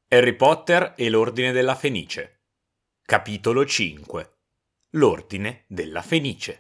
Harry Potter e l'Ordine della Fenice. Capitolo 5. L'Ordine della Fenice.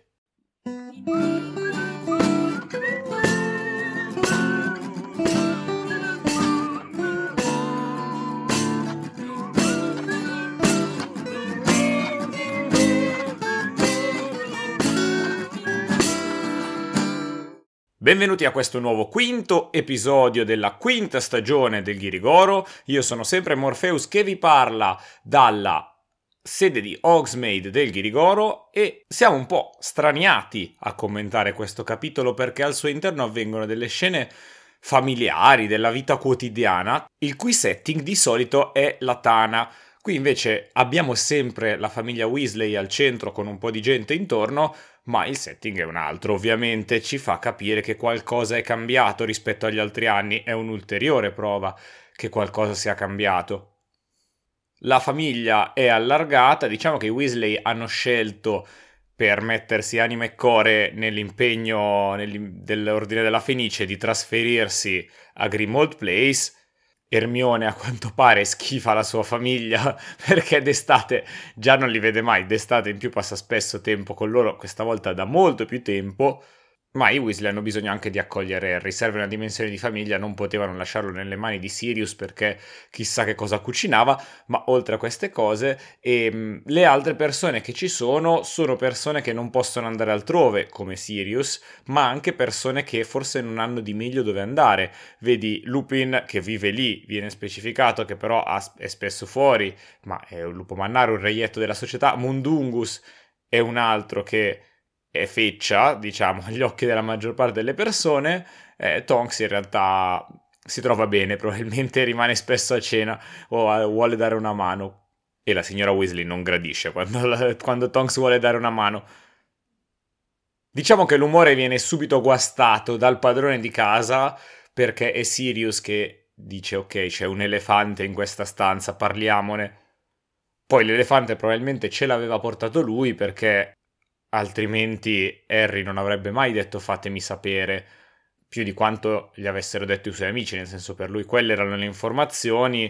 Benvenuti a questo nuovo quinto episodio della quinta stagione del Ghirigoro. Io sono sempre Morpheus che vi parla dalla sede di Hogsmeade del Ghirigoro e siamo un po' straniati a commentare questo capitolo perché al suo interno avvengono delle scene familiari della vita quotidiana, il cui setting di solito è la tana. Qui invece abbiamo sempre la famiglia Weasley al centro con un po' di gente intorno, ma il setting è un altro, ovviamente ci fa capire che qualcosa è cambiato rispetto agli altri anni, è un'ulteriore prova che qualcosa sia cambiato. La famiglia è allargata, diciamo che i Weasley hanno scelto per mettersi anima e core nell'impegno dell'Ordine della Fenice di trasferirsi a Grimmauld Place. Hermione a quanto pare schifa la sua famiglia perché d'estate già non li vede mai, d'estate in più passa spesso tempo con loro, questa volta da molto più tempo, ma i Weasley hanno bisogno anche di accogliere Harry, serve una dimensione di famiglia, non potevano lasciarlo nelle mani di Sirius perché chissà che cosa cucinava, ma oltre a queste cose le altre persone che ci sono persone che non possono andare altrove come Sirius, ma anche persone che forse non hanno di meglio dove andare. Vedi Lupin che vive lì, viene specificato che però è spesso fuori, ma è un lupo mannaro, un reietto della società. Mundungus è un altro che è feccia, diciamo, agli occhi della maggior parte delle persone. Tonks in realtà si trova bene, probabilmente rimane spesso a cena o vuole dare una mano. E la signora Weasley non gradisce quando Tonks vuole dare una mano. Diciamo che l'umore viene subito guastato dal padrone di casa perché è Sirius che dice ok, c'è un elefante in questa stanza, parliamone. Poi l'elefante probabilmente ce l'aveva portato lui perché altrimenti Harry non avrebbe mai detto fatemi sapere, più di quanto gli avessero detto i suoi amici, nel senso per lui quelle erano le informazioni.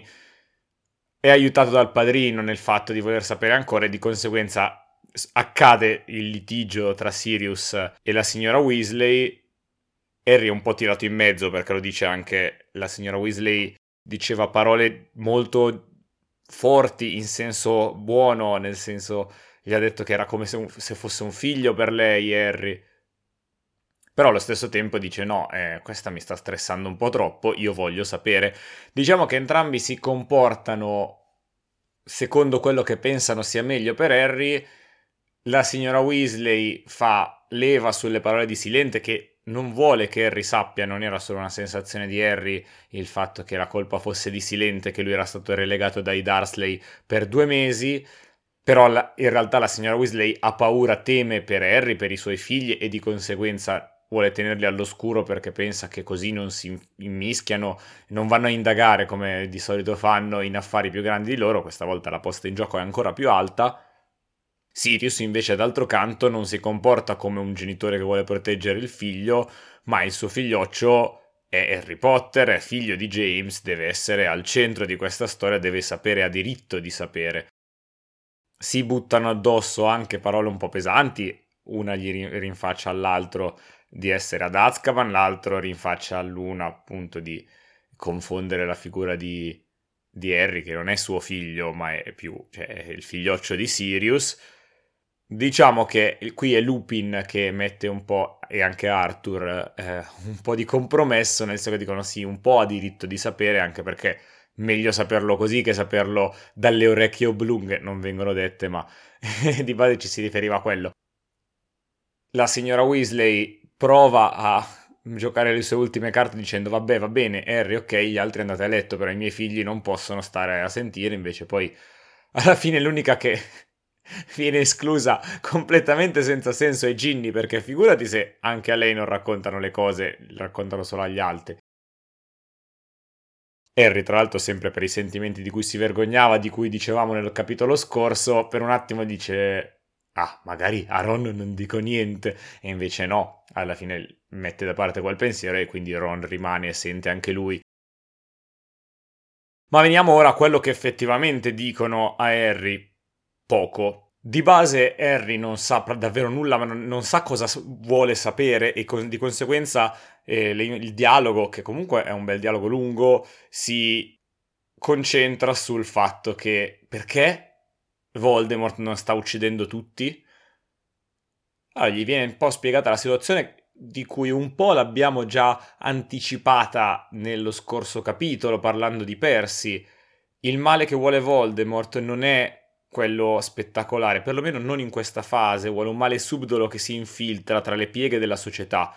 È aiutato dal padrino nel fatto di voler sapere ancora e di conseguenza accade il litigio tra Sirius e la signora Weasley. Harry è un po' tirato in mezzo perché lo dice anche la signora Weasley, diceva parole molto forti in senso buono, nel senso gli ha detto che era come se fosse un figlio per lei, Harry. Però allo stesso tempo dice no, questa mi sta stressando un po' troppo, io voglio sapere. Diciamo che entrambi si comportano secondo quello che pensano sia meglio per Harry. La signora Weasley fa leva sulle parole di Silente che non vuole che Harry sappia, non era solo una sensazione di Harry il fatto che la colpa fosse di Silente, che lui era stato relegato dai Dursley per 2 mesi, però in realtà la signora Weasley ha paura, teme per Harry, per i suoi figli e di conseguenza vuole tenerli all'oscuro perché pensa che così non si immischiano, non vanno a indagare come di solito fanno in affari più grandi di loro, questa volta la posta in gioco è ancora più alta. Sirius invece d'altro canto non si comporta come un genitore che vuole proteggere il figlio, ma il suo figlioccio è Harry Potter, è figlio di James, deve essere al centro di questa storia, deve sapere, ha diritto di sapere. Si buttano addosso anche parole un po' pesanti, una gli rinfaccia all'altro di essere ad Azkaban, l'altro rinfaccia all'una appunto di confondere la figura di Harry, che non è suo figlio, ma è più, cioè, è il figlioccio di Sirius. Diciamo che qui è Lupin che mette un po', e anche Arthur, un po' di compromesso, nel senso che dicono sì, un po' ha diritto di sapere, anche perché meglio saperlo così che saperlo dalle orecchie oblunghe, non vengono dette, ma di base ci si riferiva a quello. La signora Weasley prova a giocare le sue ultime carte dicendo vabbè va bene Harry ok gli altri andate a letto però i miei figli non possono stare a sentire, invece poi alla fine l'unica che viene esclusa completamente senza senso è Ginny, perché figurati se anche a lei non raccontano le cose, le raccontano solo agli altri. Harry, tra l'altro, sempre per i sentimenti di cui si vergognava, di cui dicevamo nel capitolo scorso, per un attimo dice ah, magari a Ron non dico niente, e invece no, alla fine mette da parte quel pensiero e quindi Ron rimane e sente anche lui. Ma veniamo ora a quello che effettivamente dicono a Harry. Poco. Di base Harry non sa davvero nulla, ma non sa cosa vuole sapere e di conseguenza il dialogo, che comunque è un bel dialogo lungo, si concentra sul fatto che perché Voldemort non sta uccidendo tutti? Allora, gli viene un po' spiegata la situazione di cui un po' l'abbiamo già anticipata nello scorso capitolo parlando di Percy. Il male che vuole Voldemort non è quello spettacolare, perlomeno non in questa fase, vuole un male subdolo che si infiltra tra le pieghe della società.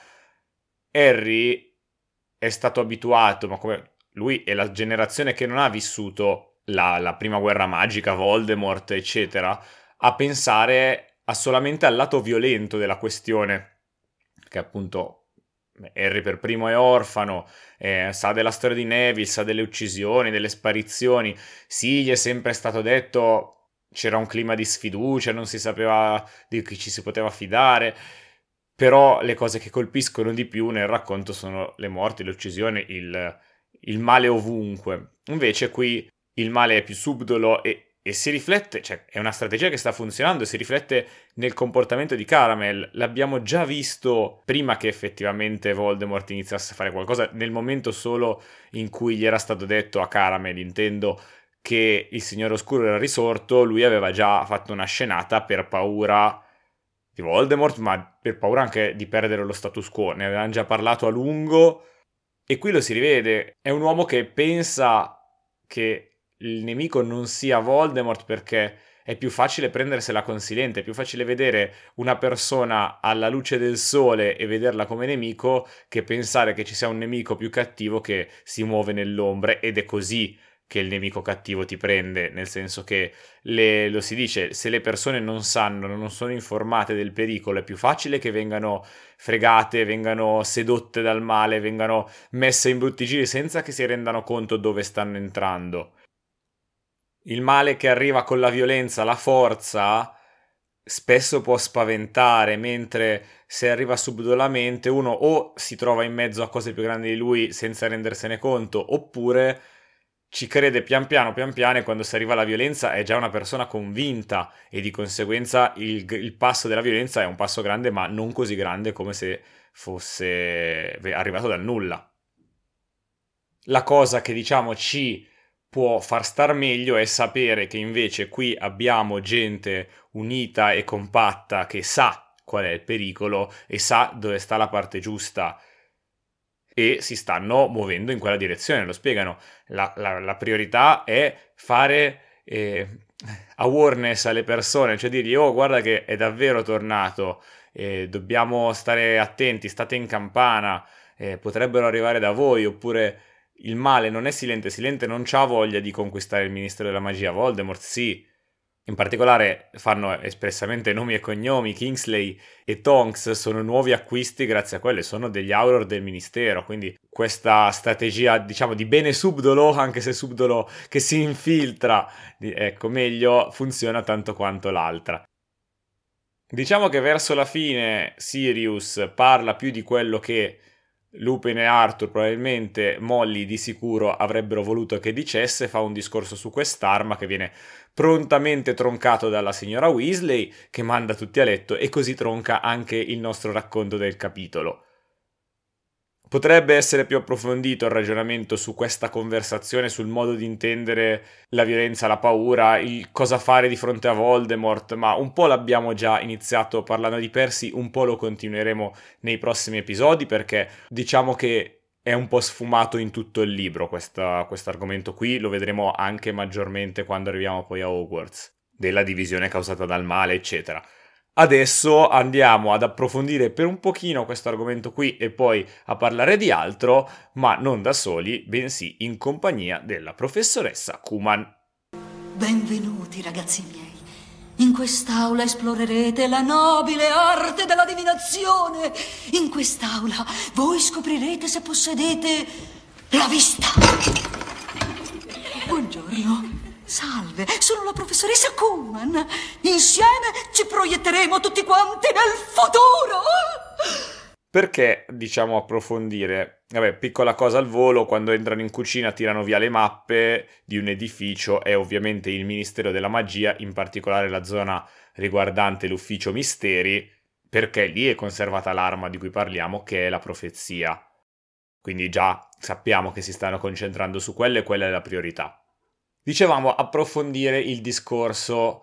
Harry è stato abituato, ma come lui è la generazione che non ha vissuto la prima guerra magica, Voldemort, eccetera, a pensare solamente al lato violento della questione, che appunto Harry per primo è orfano, sa della storia di Neville, sa delle uccisioni, delle sparizioni. Sì, gli è sempre stato detto c'era un clima di sfiducia, non si sapeva di chi ci si poteva fidare, però le cose che colpiscono di più nel racconto sono le morti, le uccisioni, il male ovunque. Invece qui il male è più subdolo e si riflette, cioè è una strategia che sta funzionando e si riflette nel comportamento di Caramel. L'abbiamo già visto prima che effettivamente Voldemort iniziasse a fare qualcosa, nel momento solo in cui gli era stato detto a Caramel, intendo, che il Signore Oscuro era risorto, lui aveva già fatto una scenata per paura di Voldemort, ma per paura anche di perdere lo status quo. Ne avevano già parlato a lungo e qui lo si rivede. È un uomo che pensa che il nemico non sia Voldemort perché è più facile prendersela con Silente, è più facile vedere una persona alla luce del sole e vederla come nemico che pensare che ci sia un nemico più cattivo che si muove nell'ombra, ed è così che il nemico cattivo ti prende, nel senso che lo si dice, se le persone non sanno, non sono informate del pericolo, è più facile che vengano fregate, vengano sedotte dal male, vengano messe in brutti giri senza che si rendano conto dove stanno entrando. Il male che arriva con la violenza, la forza, spesso può spaventare, mentre se arriva subdolamente uno o si trova in mezzo a cose più grandi di lui senza rendersene conto, oppure ci crede pian piano e quando si arriva alla violenza è già una persona convinta e di conseguenza il passo della violenza è un passo grande, ma non così grande come se fosse arrivato dal nulla. La cosa che diciamo ci può far star meglio è sapere che invece qui abbiamo gente unita e compatta che sa qual è il pericolo e sa dove sta la parte giusta e si stanno muovendo in quella direzione, lo spiegano. La priorità è fare awareness alle persone, cioè dirgli oh guarda che è davvero tornato, dobbiamo stare attenti, state in campana, potrebbero arrivare da voi, oppure il male non è Silente, Silente non c'ha voglia di conquistare il Ministero della Magia, Voldemort sì. In particolare fanno espressamente nomi e cognomi, Kingsley e Tonks sono nuovi acquisti grazie a quelle, sono degli Auror del Ministero, quindi questa strategia diciamo di bene subdolo, anche se subdolo che si infiltra, ecco meglio, funziona tanto quanto l'altra. Diciamo che verso la fine Sirius parla più di quello che Lupin e Arthur, probabilmente Molly di sicuro avrebbero voluto che dicesse, fa un discorso su quest'arma che viene prontamente troncato dalla signora Weasley, che manda tutti a letto, e così tronca anche il nostro racconto del capitolo. Potrebbe essere più approfondito il ragionamento su questa conversazione, sul modo di intendere la violenza, la paura, il cosa fare di fronte a Voldemort, ma un po' l'abbiamo già iniziato parlando di Percy, un po' lo continueremo nei prossimi episodi perché diciamo che è un po' sfumato in tutto il libro questo argomento qui, lo vedremo anche maggiormente quando arriviamo poi a Hogwarts, della divisione causata dal male, eccetera. Adesso andiamo ad approfondire per un pochino questo argomento qui e poi a parlare di altro, ma non da soli, bensì in compagnia della professoressa Kuman. Benvenuti ragazzi miei. In quest'aula esplorerete la nobile arte della divinazione. In quest'aula voi scoprirete se possedete la vista. Buongiorno. Salve, sono la professoressa Kuman. Insieme ci proietteremo tutti quanti nel futuro. Perché diciamo approfondire? Vabbè, piccola cosa al volo, quando entrano in cucina tirano via le mappe di un edificio, è ovviamente il Ministero della Magia, in particolare la zona riguardante l'ufficio misteri, perché lì è conservata l'arma di cui parliamo, che è la profezia. Quindi già sappiamo che si stanno concentrando su quello e quella è la priorità. Dicevamo approfondire il discorso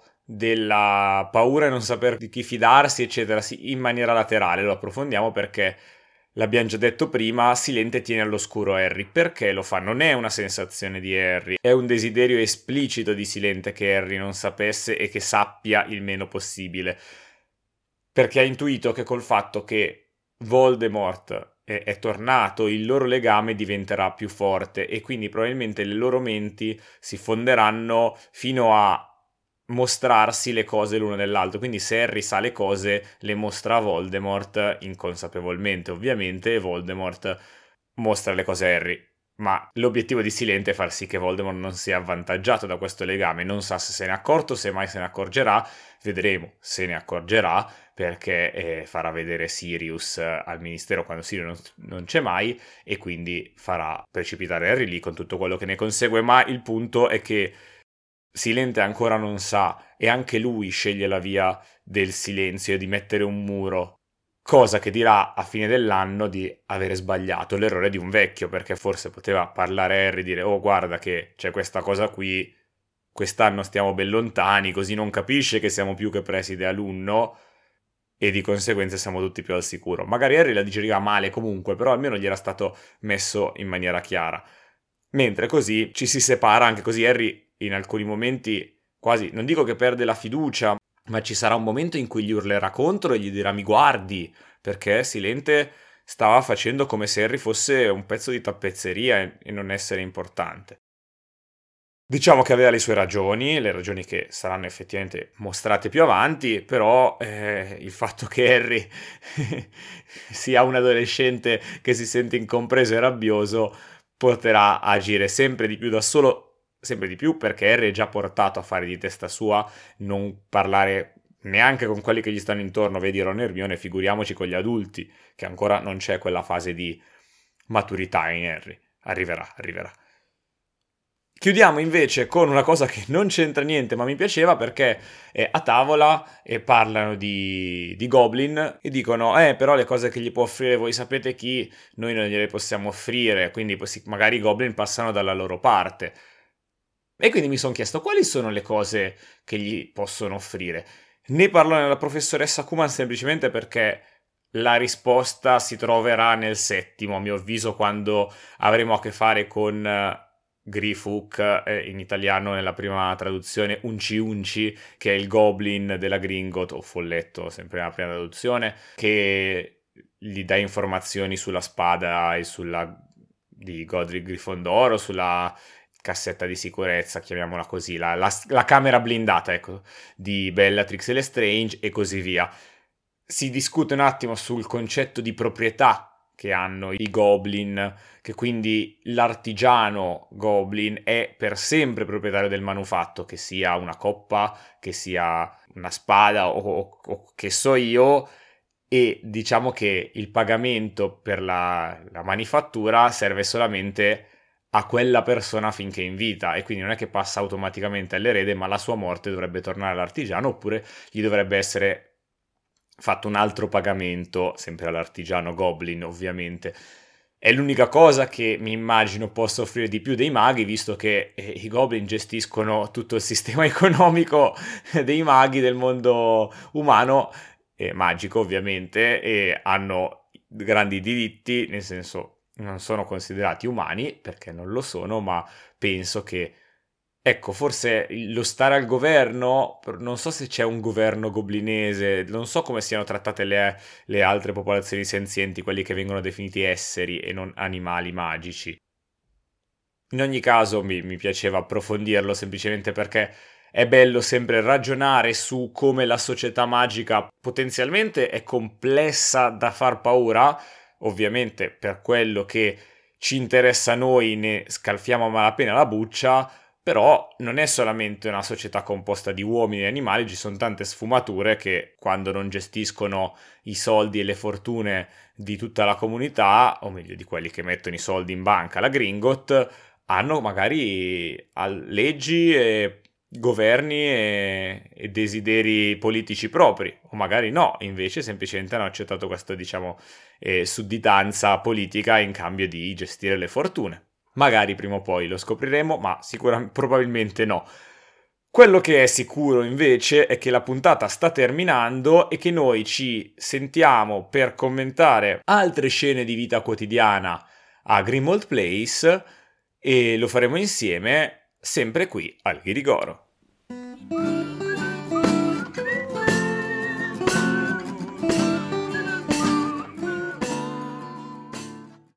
della paura e non saper di chi fidarsi, eccetera, sì, in maniera laterale. Lo approfondiamo perché l'abbiamo già detto prima, Silente tiene all'oscuro Harry. Perché lo fa? Non è una sensazione di Harry, è un desiderio esplicito di Silente che Harry non sapesse e che sappia il meno possibile. Perché ha intuito che col fatto che Voldemort è tornato, il loro legame diventerà più forte e quindi probabilmente le loro menti si fonderanno fino a mostrarsi le cose l'uno dell'altro. Quindi se Harry sa le cose, le mostra a Voldemort inconsapevolmente, ovviamente, e Voldemort mostra le cose a Harry. Ma l'obiettivo di Silente è far sì che Voldemort non sia avvantaggiato da questo legame. Non sa se ne è accorto, se mai se ne accorgerà. Vedremo se ne accorgerà, perché farà vedere Sirius al ministero quando Sirius non c'è mai, e quindi farà precipitare Harry lì con tutto quello che ne consegue. Ma il punto è che Silente ancora non sa, e anche lui sceglie la via del silenzio e di mettere un muro, cosa che dirà a fine dell'anno di avere sbagliato, l'errore di un vecchio, perché forse poteva parlare a Harry e dire oh guarda che c'è questa cosa qui, quest'anno stiamo ben lontani, così non capisce che siamo più che preside alunno e di conseguenza siamo tutti più al sicuro. Magari Harry la digeriva male comunque, però almeno gli era stato messo in maniera chiara. Mentre così ci si separa, anche così Harry in alcuni momenti quasi, non dico che perde la fiducia, ma ci sarà un momento in cui gli urlerà contro e gli dirà mi guardi, perché Silente stava facendo come se Harry fosse un pezzo di tappezzeria e non essere importante. Diciamo che aveva le sue ragioni, le ragioni che saranno effettivamente mostrate più avanti, però il fatto che Harry sia un adolescente che si sente incompreso e rabbioso porterà a agire sempre di più da solo, sempre di più, perché Harry è già portato a fare di testa sua, non parlare neanche con quelli che gli stanno intorno, vedi Ron e Hermione, figuriamoci con gli adulti, che ancora non c'è quella fase di maturità in Harry. Arriverà. Chiudiamo invece con una cosa che non c'entra niente, ma mi piaceva perché a tavola parlano di Goblin e dicono però le cose che gli può offrire voi sapete chi, noi non gliele possiamo offrire, quindi magari i Goblin passano dalla loro parte. E quindi mi sono chiesto quali sono le cose che gli possono offrire. Ne parlò la professoressa Kuman semplicemente perché la risposta si troverà nel settimo, a mio avviso, quando avremo a che fare con Grifuk, in italiano nella prima traduzione Unci Unci, che è il goblin della Gringot, o folletto, sempre nella prima traduzione, che gli dà informazioni sulla spada e di Godric Grifondoro, sulla cassetta di sicurezza, chiamiamola così, la camera blindata, ecco, di Bellatrix e Lestrange e così via. Si discute un attimo sul concetto di proprietà che hanno i goblin, che quindi l'artigiano goblin è per sempre proprietario del manufatto, che sia una coppa, che sia una spada o che so io, e diciamo che il pagamento per la manifattura serve solamente a quella persona finché è in vita e quindi non è che passa automaticamente all'erede, ma la sua morte dovrebbe tornare all'artigiano oppure gli dovrebbe essere fatto un altro pagamento, sempre all'artigiano goblin ovviamente. È l'unica cosa che mi immagino possa offrire di più dei maghi, visto che i goblin gestiscono tutto il sistema economico dei maghi del mondo umano, magico ovviamente, e hanno grandi diritti, nel senso non sono considerati umani, perché non lo sono, ma penso che ecco, forse lo stare al governo, non so se c'è un governo goblinese, non so come siano trattate le altre popolazioni senzienti, quelli che vengono definiti esseri e non animali magici. In ogni caso mi piaceva approfondirlo semplicemente perché è bello sempre ragionare su come la società magica potenzialmente è complessa da far paura, ovviamente per quello che ci interessa a noi ne scalfiamo a malapena la buccia, Però non è solamente una società composta di uomini e animali, ci sono tante sfumature che quando non gestiscono i soldi e le fortune di tutta la comunità, o meglio di quelli che mettono i soldi in banca, la Gringot, hanno magari leggi e governi e desideri politici propri, o magari no, invece semplicemente hanno accettato questa, diciamo, sudditanza politica in cambio di gestire le fortune. Magari prima o poi lo scopriremo, ma probabilmente no. Quello che è sicuro invece è che la puntata sta terminando e che noi ci sentiamo per commentare altre scene di vita quotidiana a Grimmauld Place e lo faremo insieme sempre qui al Ghirigoro.